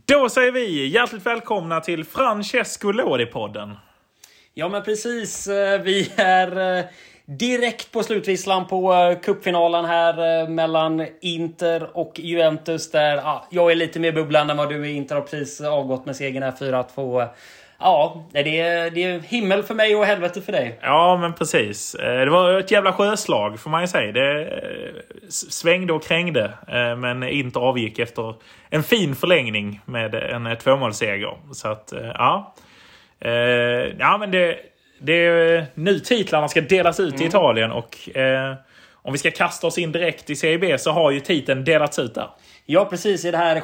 Då säger vi hjärtligt välkomna till Francesco Lodi-podden. Ja men precis, vi är direkt på slutvisslan på cupfinalen här mellan Inter och Juventus. Där jag är lite mer bubblande än vad du är. Inter har precis avgått med segern här 4-2. Ja, det är himmel för mig och helvete för dig. Ja, men precis. Det var ett jävla sjöslag får man ju säga. Det svängde och krängde, men Inter avgick efter en fin förlängning med en 2-målsseger. Så att, ja. Ja, men det är nu titlarna ska delas ut i Italien. Och om vi ska kasta oss in direkt i Serie B så har ju titeln delats ut där. Ja, precis. I det här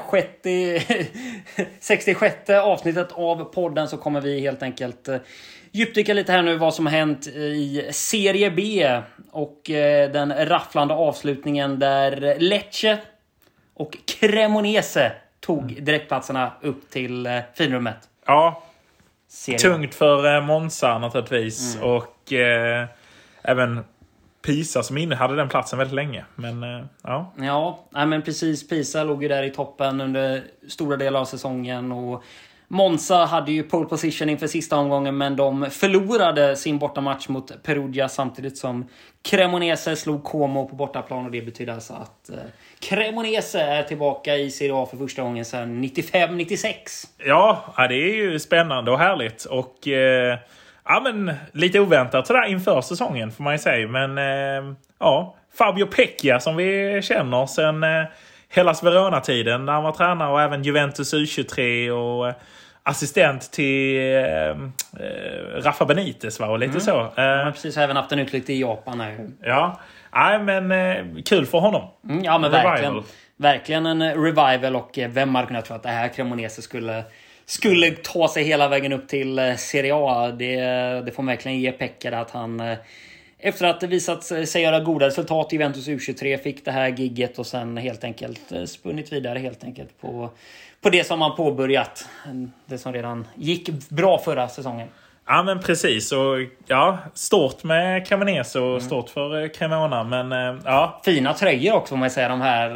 66 avsnittet av podden så kommer vi helt enkelt djupdyka lite här nu vad som har hänt i Serie B. Och den rafflande avslutningen där Lecce och Cremonese tog direktplatserna upp till finrummet. Ja, Serie. Tungt för Monza naturligtvis. Och även Pisa som hade den platsen väldigt länge. Men ja. Ja, men precis. Pisa låg ju där i toppen under stora delar av säsongen. Och Monza hade ju pole position inför sista omgången. Men de förlorade sin bortamatch mot Perugia samtidigt som Cremonese slog Como på bortaplan. Och det betyder alltså att Cremonese är tillbaka i Serie A för första gången sedan 95-96. Ja, det är ju spännande och härligt. Och ja, men lite oväntat sådär inför säsongen får man ju säga. Men ja, Fabio Pecchia som vi känner sedan Hellas Verona-tiden när han var tränare och även Juventus U23 och assistent till Rafa Benitez var och lite så. Han har precis även haft en utflykt i Japan här. Ja, nej, men kul för honom. Ja, men verkligen en revival och vem hade kunnat tro att det här Cremonese skulle ta sig hela vägen upp till Serie A. Det får man verkligen ge Pecchia att han efter att det visat sig göra goda resultat i Juventus U23 fick det här gigget och sen helt enkelt spunnit vidare helt enkelt på det som man påbörjat. Det som redan gick bra förra säsongen. Ja, men precis. Och ja, stort med Cremonese och stort för Cremona, men ja. Fina tröjor också, om man säger, de här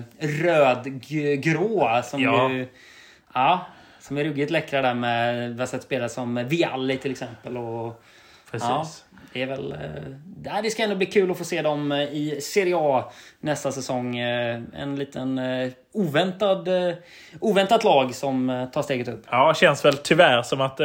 rödgrå som ju som är ruggigt läckra där med vad sett spelare som Vialli till exempel och precis. Ja, det är väl det ska ändå bli kul att få se dem i Serie A nästa säsong. En liten oväntat lag som tar steget upp. Ja, känns väl tyvärr som att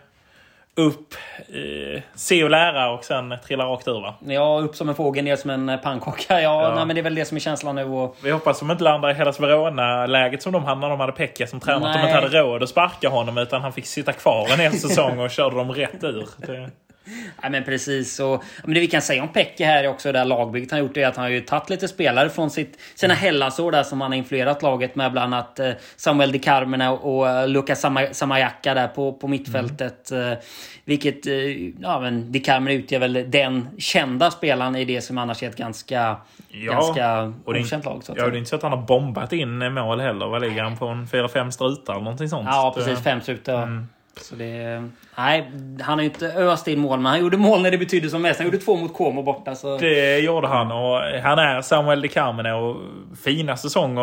upp se och lära och sen trilla rakt ur, va? Ja, upp som en fågel, ner som en pannkaka. Ja. Nej, men det är väl det som är känslan nu. Och vi hoppas att de inte landar i Hellas Verona-läget som de hade när de hade Pecchia som tränare. Att de inte hade råd att sparka honom utan han fick sitta kvar en hel säsong och körde dem rätt ur. Ja, men precis. Men det vi kan säga om Pecchia här är också det här lagbygget han gjort är att han har ju tagit lite spelare från sina Hellasår där som han har influerat laget med, bland annat Samuel Di Carmine och Lucas Samajaka där på mittfältet. Vilket, men Di Carmine utgör väl den kända spelaren i det som annars är ett ganska okänt lag. Så att det är inte så att han har bombat in mål heller. Vad ligger han på? 4-5 strutar eller någonting sånt? Ja, precis. 5 strutar. Så han har ju inte öst in mål, men han gjorde mål när det betydde som mest. Han gjorde 2 mot Como borta. Så. Det gjorde han, och han är Samuel Di Carmine och fina säsonger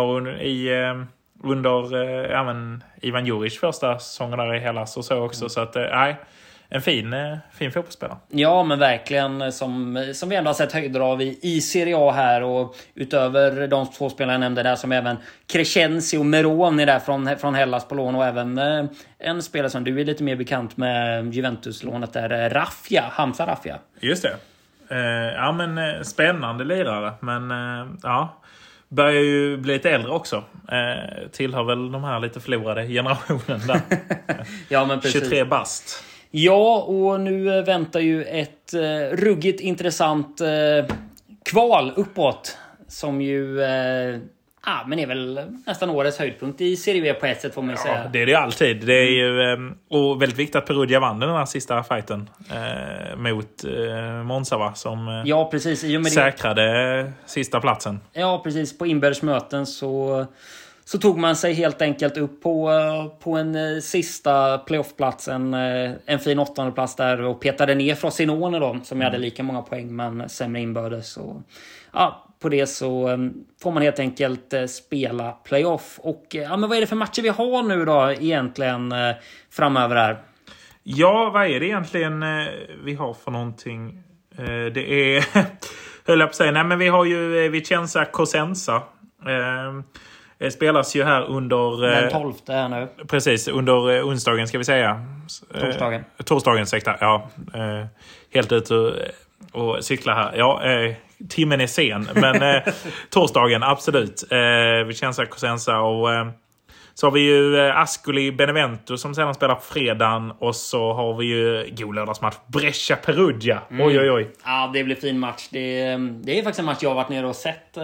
under Ivan Juric första säsongen där i Hellas och så också. Så att en fin fotbollsspelare. Ja, men verkligen som vi ändå har sett höjder av i Serie A här. Och utöver de 2 spelare jag nämnde där som även Crescenzi och Meroni där från Hellas på lån. Och även en spelare som du är lite mer bekant med, Juventus-lånet där, Hamza Raffia. Just det. Ja, men spännande lirare. Men börjar ju bli lite äldre också. Tillhör väl de här lite förlorade generationen där. Ja, men precis. 23 bast. Ja, och nu väntar ju ett ruggigt intressant kval uppåt. Som ju men är väl nästan årets höjdpunkt i Serie B på ett sätt, får man säga. Ja, det är det alltid. Det är ju och väldigt viktigt att Perugia vann den här sista fighten mot Monza, va? Som precis. säkrade sista platsen. Ja, precis. På inbördes möten så tog man sig helt enkelt upp på en sista playoffplats, en fin 8:e plats där, och petade ner Frosinone då, som hade lika många poäng men sämre inbördes. Och på det så får man helt enkelt spela playoff. Och men vad är det för matcher vi har nu då egentligen framöver här? Ja, vad är det egentligen vi har för någonting? Det är, höll jag på att säga, nej men vi har ju Vicenza Cosenza. Spelas ju här under... Den 12:e här nu. Precis, under onsdagen ska vi säga. Torsdagen, ursäkta. Ja, helt ut och cykla här. Ja, timmen är sen. Men torsdagen, absolut. Vicenza Cosenza och... Så har vi ju Ascoli Benevento som sedan spelar på fredagen. Och så har vi ju god lördagsmatch. Brescia Perugia. Oj, oj, oj. Ja, det blir fin match. Det är faktiskt en match jag har varit nere och sett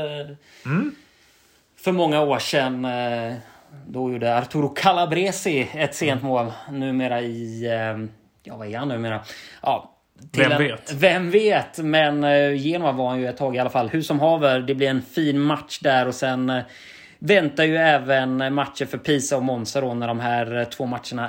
för många år sedan. Då gjorde Arturo Calabresi ett sent mål. Numera i... vad är han numera? Ja, Vem vet? Men Genoa var han ju ett tag i alla fall. Hur som haver, det blir en fin match där. Och sen... väntar ju även matcher för Pisa och Monza då, när de här 2 matcherna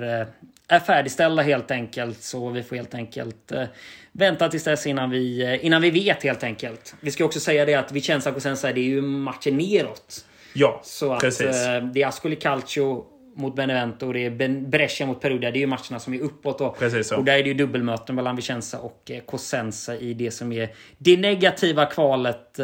är färdigställda helt enkelt. Så vi får helt enkelt vänta tills dess innan vi vet helt enkelt. Vi ska också säga det att Vicenza Cosenza, det är ju matcher neråt. Ja, så att precis. Det är Ascoli Calcio mot Benevento och det är Brescia mot Perugia. Det är ju matcherna som är uppåt. Och där är det ju dubbelmöten mellan Vicenza och Cosenza i det som är det negativa kvalet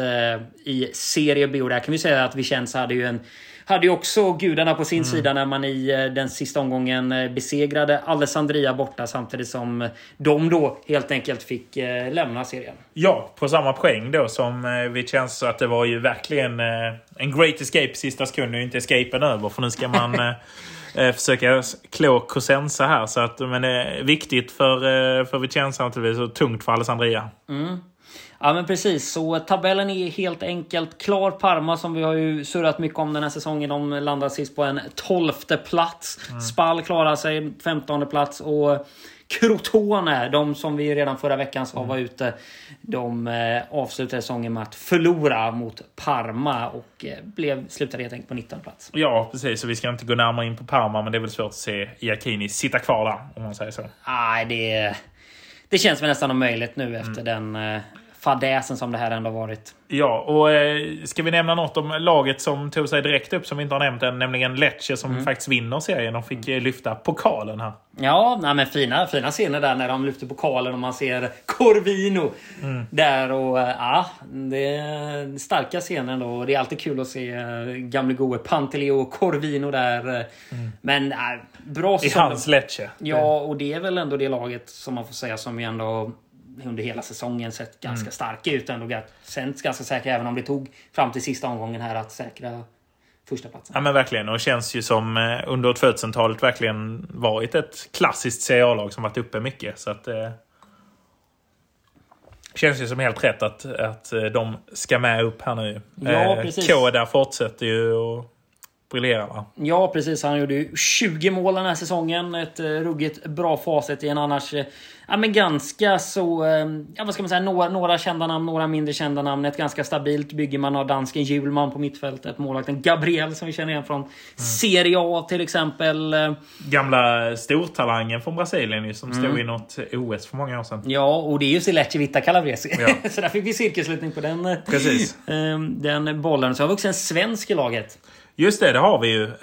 i Serie B. Och där kan vi säga att Vicenza hade ju också gudarna på sin sida när man i den sista omgången besegrade Alessandria borta, samtidigt som de då helt enkelt fick lämna serien. Ja, på samma poäng då som Vicenza, att det var ju verkligen en great escape sista sekunden, inte escapen över, för nu ska man försöka klå Cosenza här, så att, men det är viktigt för Vicenza naturligtvis och tungt för Alessandria. Ja, men precis. Så tabellen är helt enkelt klar. Parma, som vi har ju surrat mycket om den här säsongen, de landar sist på en 12:e plats. Spal klarar sig 15:e plats. Och Crotone, de som vi redan förra veckan sa var ute, de avslutade säsongen med att förlora mot Parma och slutade helt enkelt på 19:e plats. Ja, precis. Så vi ska inte gå närmare in på Parma, men det är väl svårt att se Iachini sitta kvar där, om man säger så. Nej, det känns väl nästan omöjligt nu efter den fadäsen som det här ändå varit. Ja, och ska vi nämna något om laget som tog sig direkt upp som vi inte har nämnt än, nämligen Lecce som faktiskt vinner serien och fick lyfta pokalen här. Ja, nej, men fina scener där när de lyfter pokalen och man ser Corvino där och det är starka scener då. Det är alltid kul att se gamle gode Panteleo och Corvino där. Men bra i hans Lecce. Ja, och det är väl ändå det laget som man får säga som vi ändå under hela säsongen sett ganska starka ut ändå. Sänts ganska säkra, även om det tog fram till sista omgången här att säkra första platsen. Ja, men verkligen. Och det känns ju som under 2000-talet verkligen varit ett klassiskt Serie A-lag som varit uppe mycket. Så att känns ju som helt rätt att de ska med upp här nu. Ja, precis. Koda fortsätter ju och briljera, va? Ja, precis. Han gjorde ju 20 mål den här säsongen. Ett ruggigt bra facit i en annars men ganska så vad ska man säga, några kända namn, några mindre kända namn. Ett ganska stabilt bygge. Man har dansken Hjulman på mittfältet, målvakten Gabriel som vi känner igen från Serie A till exempel. Gamla stortalangen från Brasilien som stod i något OS för många år sedan. Ja, och det är ju Silecce Vita Calabresi. Ja. Så där fick vi cirkelslutning på den. Precis. Den bollen. Så har vi också en svensk i laget. Just det har vi ju.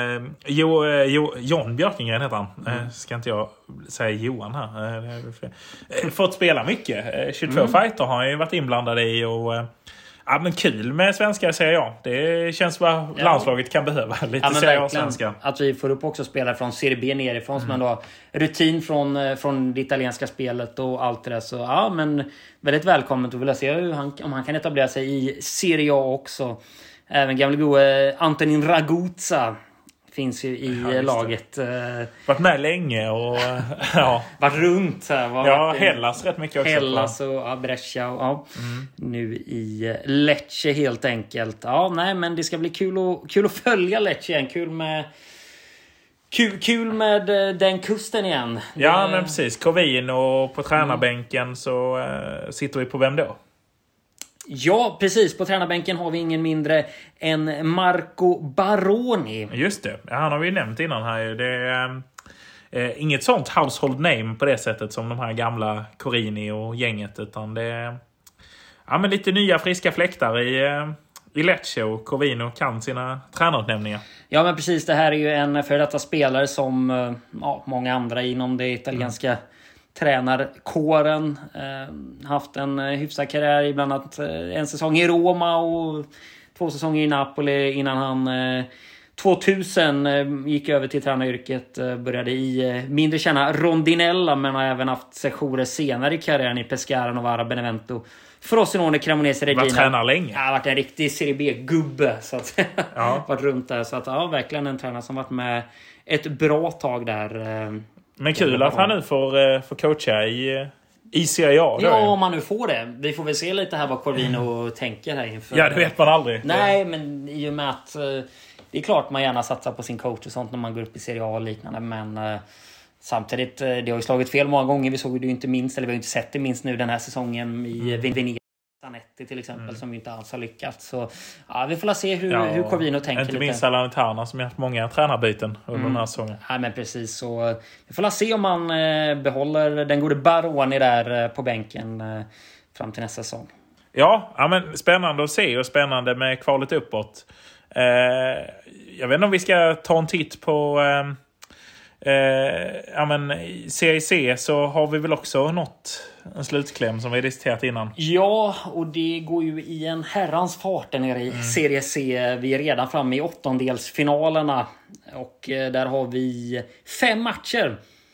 John Björkengren heter han. Ska inte jag säga Johan här. Fått spela mycket. 22 fighter har han ju varit inblandad i. Och, men kul med svenska, säger jag. Det känns vad landslaget kan behöva. Lite Serie A-svenska. Att vi får upp också spelare från Serie B nerifrån som ändå har rutin från det italienska spelet och allt det där. Så men väldigt välkommet och vill se om han kan etablera sig i Serie A också. Även gamla gode Antonin Raguzza finns ju i laget. Varit med länge och varit runt här. Hellas rätt mycket också. Hellas och Brescia och nu i Lecce helt enkelt. Ja, nej, men det ska bli kul att följa Lecce igen. Kul med den kusten igen. Ja, men precis. Corvin och på tränarbänken så sitter vi på vem då? Ja, precis. På tränarbänken har vi ingen mindre än Marco Baroni. Just det. Han har vi nämnt innan här. Det är inget sånt household name på det sättet som de här gamla Corini och gänget. Utan det är Ja, men lite nya friska fläktar i Lecce, och Corvino kan sina tränarutnämningen. Ja, men precis. Det här är ju en för detta spelare som många andra inom det italienska tränarkåren. Haft en hyfsad karriär, bland annat en säsong i Roma och 2 säsonger i Napoli innan han 2000 gick över till tränaryrket. Började i mindre kända Rondinella, men har även haft sessioner senare i karriären i Pescara, Novara, Benevento, Frosinone, Cremonese, Regina. Var tränare länge. Ja, varit en riktig Serie B-gubbe. Så att Ja. varit runt där. Så att verkligen en tränare som varit med ett bra tag där. Men kul att han nu får coacha i Serie A. Ja, om man nu får det. Vi får väl se lite här vad Corvino tänker här inför. Ja, det vet man aldrig. Nej, men i och med att det är klart man gärna satsar på sin coach och sånt när man går upp i Serie A och liknande. Men samtidigt, det har ju slagit fel många gånger. Vi såg det ju inte minst, eller vi har inte sett det minst nu den här säsongen i Venezia. Zanetti till exempel, som inte alls har lyckats. Så ja, vi får se hur Corvino tänker. Inte minst Salernitana som har haft många tränarbyten under den här säsongen. Ja, men precis. Så vi får se om man behåller den gode Baroni där på bänken fram till nästa säsong. Ja, men spännande att se och spännande med kvalet uppåt. Jag vet inte om vi ska ta en titt på i Serie C, så har vi väl också nått en slutkläm som vi diskuterat innan. Ja, och det går ju i en herrans fart nere i Serie C. Vi är redan framme i åttondelsfinalerna och där har vi 5 matcher.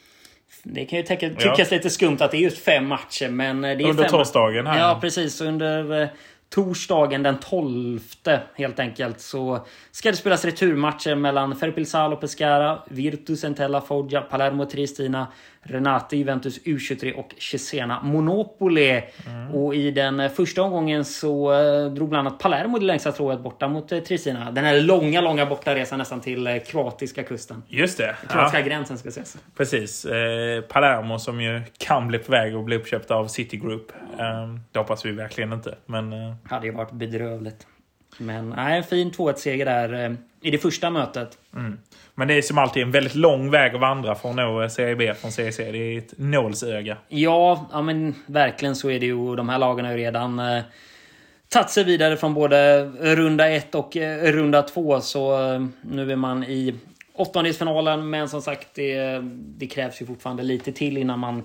Det kan ju tyckas lite skumt att det är just 5 matcher, men det är under torsdagen här. Ja, precis. Under torsdagen den 12 helt enkelt så ska det spelas returmatcher mellan Ferpilsalo, Pescara, Virtus Entella, Foggia, Palermo, Triestina, Renate, Juventus, U23 och Cesena Monopoli. Och i den första omgången så drog bland annat Palermo det längsta strået borta mot Triestina. Den här långa bortaresan nästan till kroatiska kusten. Just det. Kroatiska gränsen ska sägas. Precis. Palermo som ju kan bli på väg att bli uppköpt av City Group. Det hoppas vi verkligen inte. Men hade ju varit bedrövligt. Men en fin 2-1-seger där i det första mötet. Men det är som alltid en väldigt lång väg att vandra från att nå Serie B från Serie C. Det är ett nålsöga. Ja, men verkligen så är det ju. De här lagen har ju redan tagit sig vidare från både runda 1 och runda 2. Så nu är man i åttondelsfinalen. Men som sagt, det krävs ju fortfarande lite till innan man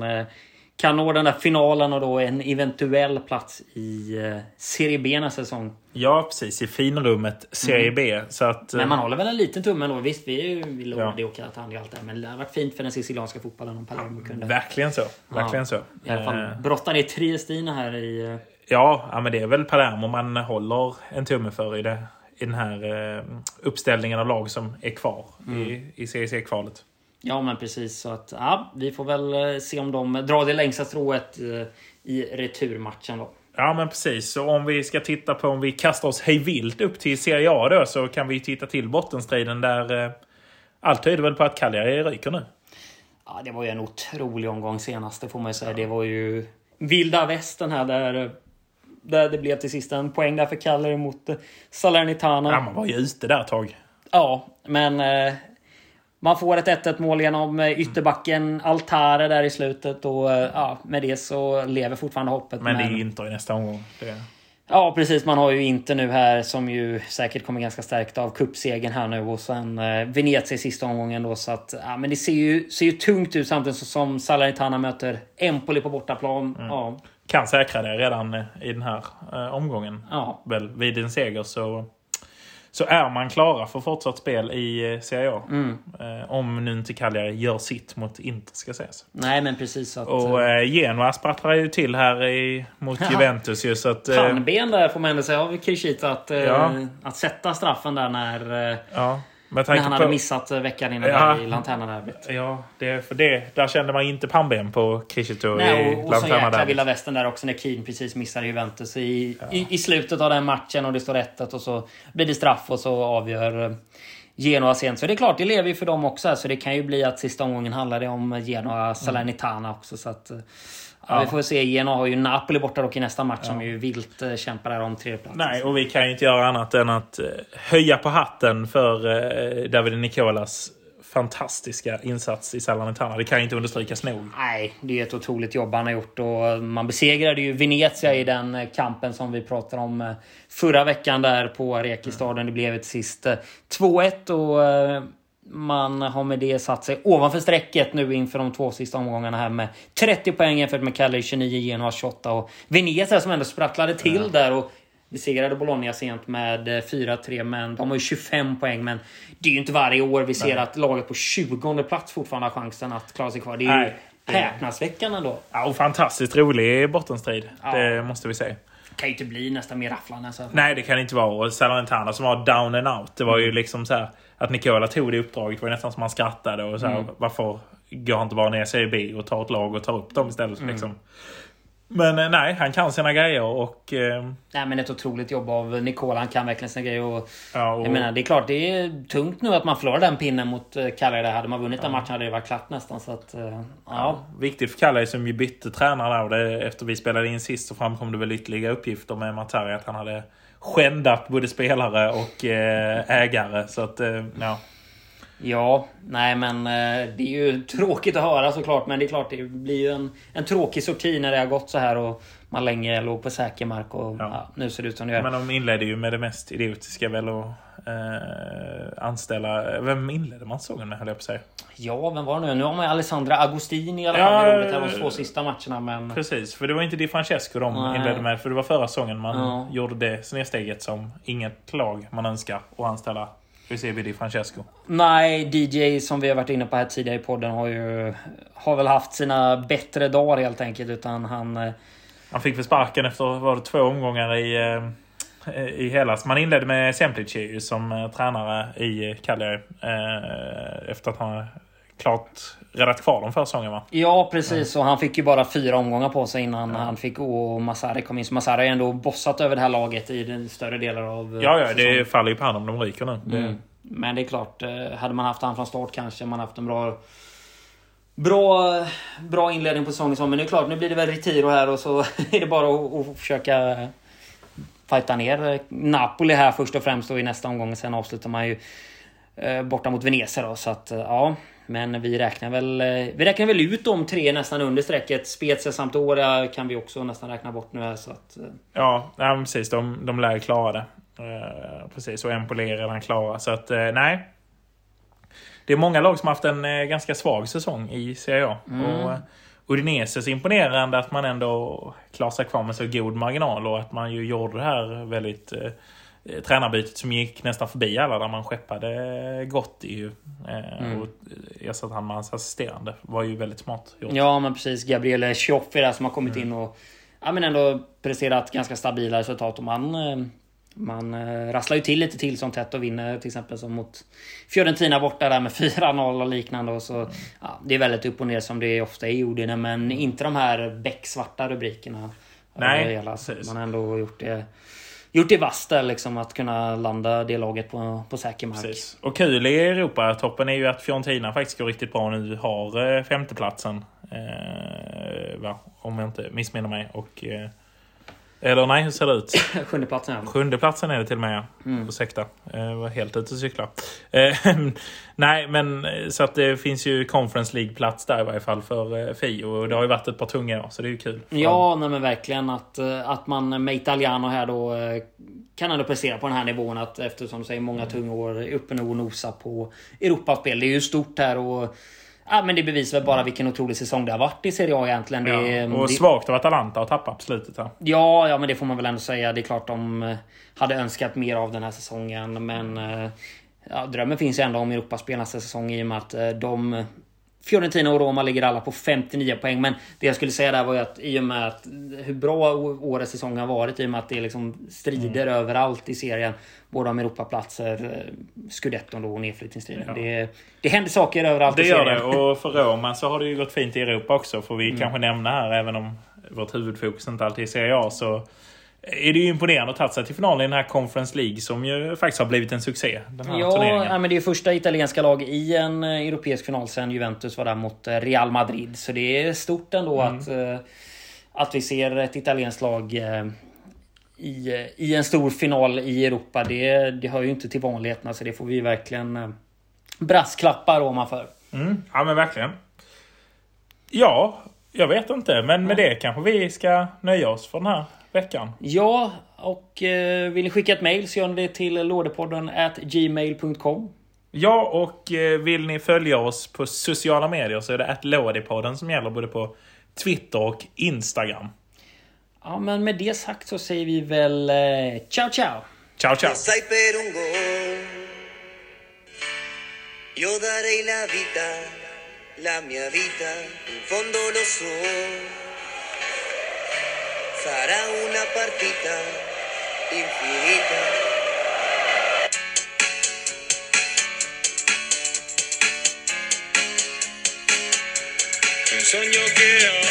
kan nå den där finalen och då en eventuell plats i Serie B nästa säsong. Ja, precis. I finrummet Serie B. Så att, men man håller väl en liten tumme då. Visst, vi lovar det och att han gör allt det här. Men det har varit fint för den sicilianska fotbollen om Palermo kunde. Verkligen så. Verkligen så. I alla fall brottar ner Triestina här i... Ja, men det är väl Palermo man håller en tumme för i den här uppställningen av lag som är kvar i Serie C-kvalet. Ja, men precis. Så att vi får väl se om de drar det längsta strået i returmatchen då. Ja, men precis. Så om vi ska titta på om vi kastar oss hejvilt upp till Serie A då, så kan vi titta till bottenstriden där allt tyder väl på att Cagliari ryker nu. Ja, det var ju en otrolig omgång senast, det får man ju säga. Det var ju vilda västern här där det blev till sist en poäng där för Cagliari mot Salernitana. Ja, man var ju ute där ett tag. Ja, men man får ett 1-1 mål genom ytterbacken Altare där i slutet. Och med det så lever fortfarande hoppet. Men det är inte i nästa omgång. Ja, precis. Man har ju inte nu här som ju säkert kommer ganska stärkt av cupsegen här nu. Och sen Venezia i sista omgången då. Så att, men det ser ju tungt ut samtidigt som Salernitana möter Empoli på bortaplan. Ja. Kan säkra det redan i den här omgången. Ja. Väl, vid en seger så är man klara för fortsatt spel i Serie A. Om nu inte Cagliari gör sitt mot Inter, ska sägas. Nej, men precis. Och Genoa sprattlar ju till här mot Juventus. Just att, pannben där får man ändå säga av Krishita att sätta straffen där när han hade missat veckan innan i Lanterna-derbyt. Ja, där kände man inte pannben på Krishito i Lanterna-derbyt. Och så jäkla vilda västen där också när Keane precis missar Juventus i slutet av den matchen och det står 1-1 och så blir det straff och så avgör Genoa sent. Så det är klart, det lever ju för dem också. Så det kan ju bli att sista omgången handlar det om Genoa Salernitana också. Så att vi får se. Genoa har ju Napoli borta dock i nästa match som ju vilt kämpar där om 3 platser. Nej, och vi kan ju inte göra annat än att höja på hatten för Davide Nicolas fantastiska insats i Salernitana. Det kan inte understrykas nog. Nej, det är ett otroligt jobb han har gjort. Och man besegrade ju Venezia i den kampen som vi pratade om förra veckan där på Rekistaden. Det blev ett sist 2-1 och man har med det satt sig ovanför strecket nu inför de 2 sista omgångarna här med 30 poäng jämfört med Cagliari 29, Genoa 28 och Venezia som ändå sprattlade till där och besegrade Bologna sent med 4-3, men de har ju 25 poäng, men det är ju inte varje år vi ser att laget på 20:e plats fortfarande har chansen att klara sig kvar. Det är ju häpnadsväckande då. Ja, och fantastiskt rolig bottenstrid. Ja. Det måste vi säga. Kan ju inte bli nästan mer rafflande. Alltså. Nej, det kan inte vara. Och Salernitana som var down and out. Det var ju liksom så här att Nicola tog det uppdraget var nästan som man skrattade och så här, varför går han inte bara ner sig i B och tar ett lag och tar upp dem istället liksom. Men nej, han kan sina grejer och... Nej, men ett otroligt jobb av Nicola. Han kan verkligen sina grejer. Och jag menar, det är klart, det är tungt nu att man förlorar den pinnen mot Cagliari. Hade man vunnit den matchen hade det varit klart nästan. Så att, viktigt för Cagliari som ju bytte tränare där. Efter vi spelade in sist så framkom det väl ytterligare uppgifter med Matari att han hade skändat både spelare och ägare. Så att, Ja, nej men det är ju tråkigt att höra såklart. Men det är klart, det blir ju en tråkig sorti när det har gått så här och man länge låg på säker mark och nu ser det ut som det gör. Men de inledde ju med det mest idiotiska väl att anställa... Vem inledde man sågen med, höll jag på att säga? Ja, vem var det nu? Nu har man Alessandra Agostini i alla fall i roligt här de 2 sista matcherna. Men... Precis, för det var inte Di Francesco de inledde med. För det var förra säsongen man gjorde det snedsteget som inget lag man önskar att anställa. Hur ser vi Di Francesco? Nej, DJ som vi har varit inne på här tidigare i podden har väl haft sina bättre dagar helt enkelt. Utan han fick för sparken efter 2 omgångar i Hellas. Man inledde med Semplici som tränare i Cagliari efter att han klart räddat kvar dem förra säsongen, va? Ja, precis. Och han fick ju bara 4 omgångar på sig innan han fick gå och Massari kom in. Så Massari har ändå bossat över det här laget i den större delar av Ja, det faller ju på hand om de ryker nu. Men det är klart, hade man haft han från start kanske man haft en bra inledning på säsongen. Men det är klart, nu blir det väl Retiro här och så är det bara att försöka fighta ner Napoli här först och främst och i nästa omgång. Sen avslutar man ju borta mot Venezia då, så att men vi räknar väl ut de 3 nästan under strecket. Spezia samt Åra kan vi också nästan räkna bort nu här, så att ja, precis, de lär klara det. Precis, och Empoli är redan klara, så att nej. Det är många lag som har haft en ganska svag säsong i Serie A. Och Udineses imponerande att man ändå klarar sig kvar med så god marginal och att man ju gjorde det här väldigt tränarbytet som gick nästan förbi alla, där man skeppade Gotti och ersatte han med hans assisterande. Var ju väldigt smart gjort. Ja, men precis. Gabriele Cioffi där som har kommit in och men ändå presterat ganska stabila resultat, och man rasslar ju till lite till som tätt och vinner till exempel som mot Fiorentina borta där med 4-0 och liknande, och så det är väldigt upp och ner som det ofta är i Udine, men inte de här becksvarta rubrikerna. Nej, man har ändå gjort det vasst där liksom, att kunna landa det laget på säker mark. Precis. Och kul i Europa-toppen är ju att Fiorentina faktiskt går riktigt bra nu, har 5:e platsen om jag inte missminner mig, och eller nej, hur ser det ut? 7:e platsen. 7:e platsen är det till och med. Ursäkta, jag var helt ute och cykla. Nej, men så att det finns ju Conference League-plats där i varje fall för Fio. Och det har ju varit ett par tunga år, så det är ju kul. Ja, nej, men verkligen att man med Italiano här då kan ändå prestera på den här nivån. Att eftersom du säger många tunga år uppe och nosa på Europaspel. Det är ju stort här och men det bevisar väl bara vilken otrolig säsong det har varit i Serie A egentligen. Och svagt av Atalanta att tappa på slutet här. Ja, men det får man väl ändå säga. Det är klart de hade önskat mer av den här säsongen. Men drömmen finns ju ändå om Europaspel nästa säsong, i och med att Fiorentina och Roma ligger alla på 59 poäng. Men det jag skulle säga där var ju att i och med att hur bra årets säsong har varit, i och med att det liksom strider överallt i serien, både om Europaplatser, Scudetton och nedflyttningsstriden. Det händer saker överallt i serien. Det gör det, och för Roma så har det ju gått fint i Europa också. Får vi kanske nämna här, även om vårt huvudfokus inte alltid är Serie A, så är det ju imponerande att ta sig till finalen i den här Conference League, som ju faktiskt har blivit en succé, den här turneringen. Ja, men det är ju första italienska lag i en europeisk final sen Juventus var där mot Real Madrid. Så det är stort ändå att vi ser ett italienskt lag i en stor final i Europa. Det hör ju inte till vanligheterna, så det får vi verkligen brasklappar ovanför. Ja, men verkligen. Ja, jag vet inte. Men med det kanske vi ska nöja oss för den här veckan. Ja, och vill ni skicka ett mejl så gör ni det till lådepodden@gmail.com. Ja, och vill ni följa oss på sociala medier så är det @lådepodden som gäller både på Twitter och Instagram. Ja, men med det sagt så säger vi väl ciao ciao. Ciao ciao. Io darei la vita, la mia vita, in fondo lo so. Sarà una partita infinita. Un sogno che ho,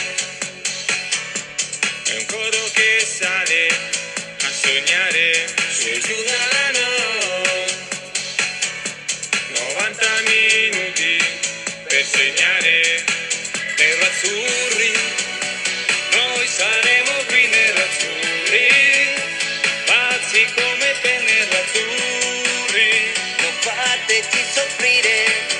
è un codo che sale a sognare su e giù dalla notte. 90 minuti per segnare nerazzurri. Noi saremo qui nerazzurri, pazzi come te nerazzurri. Non fateci soffrire.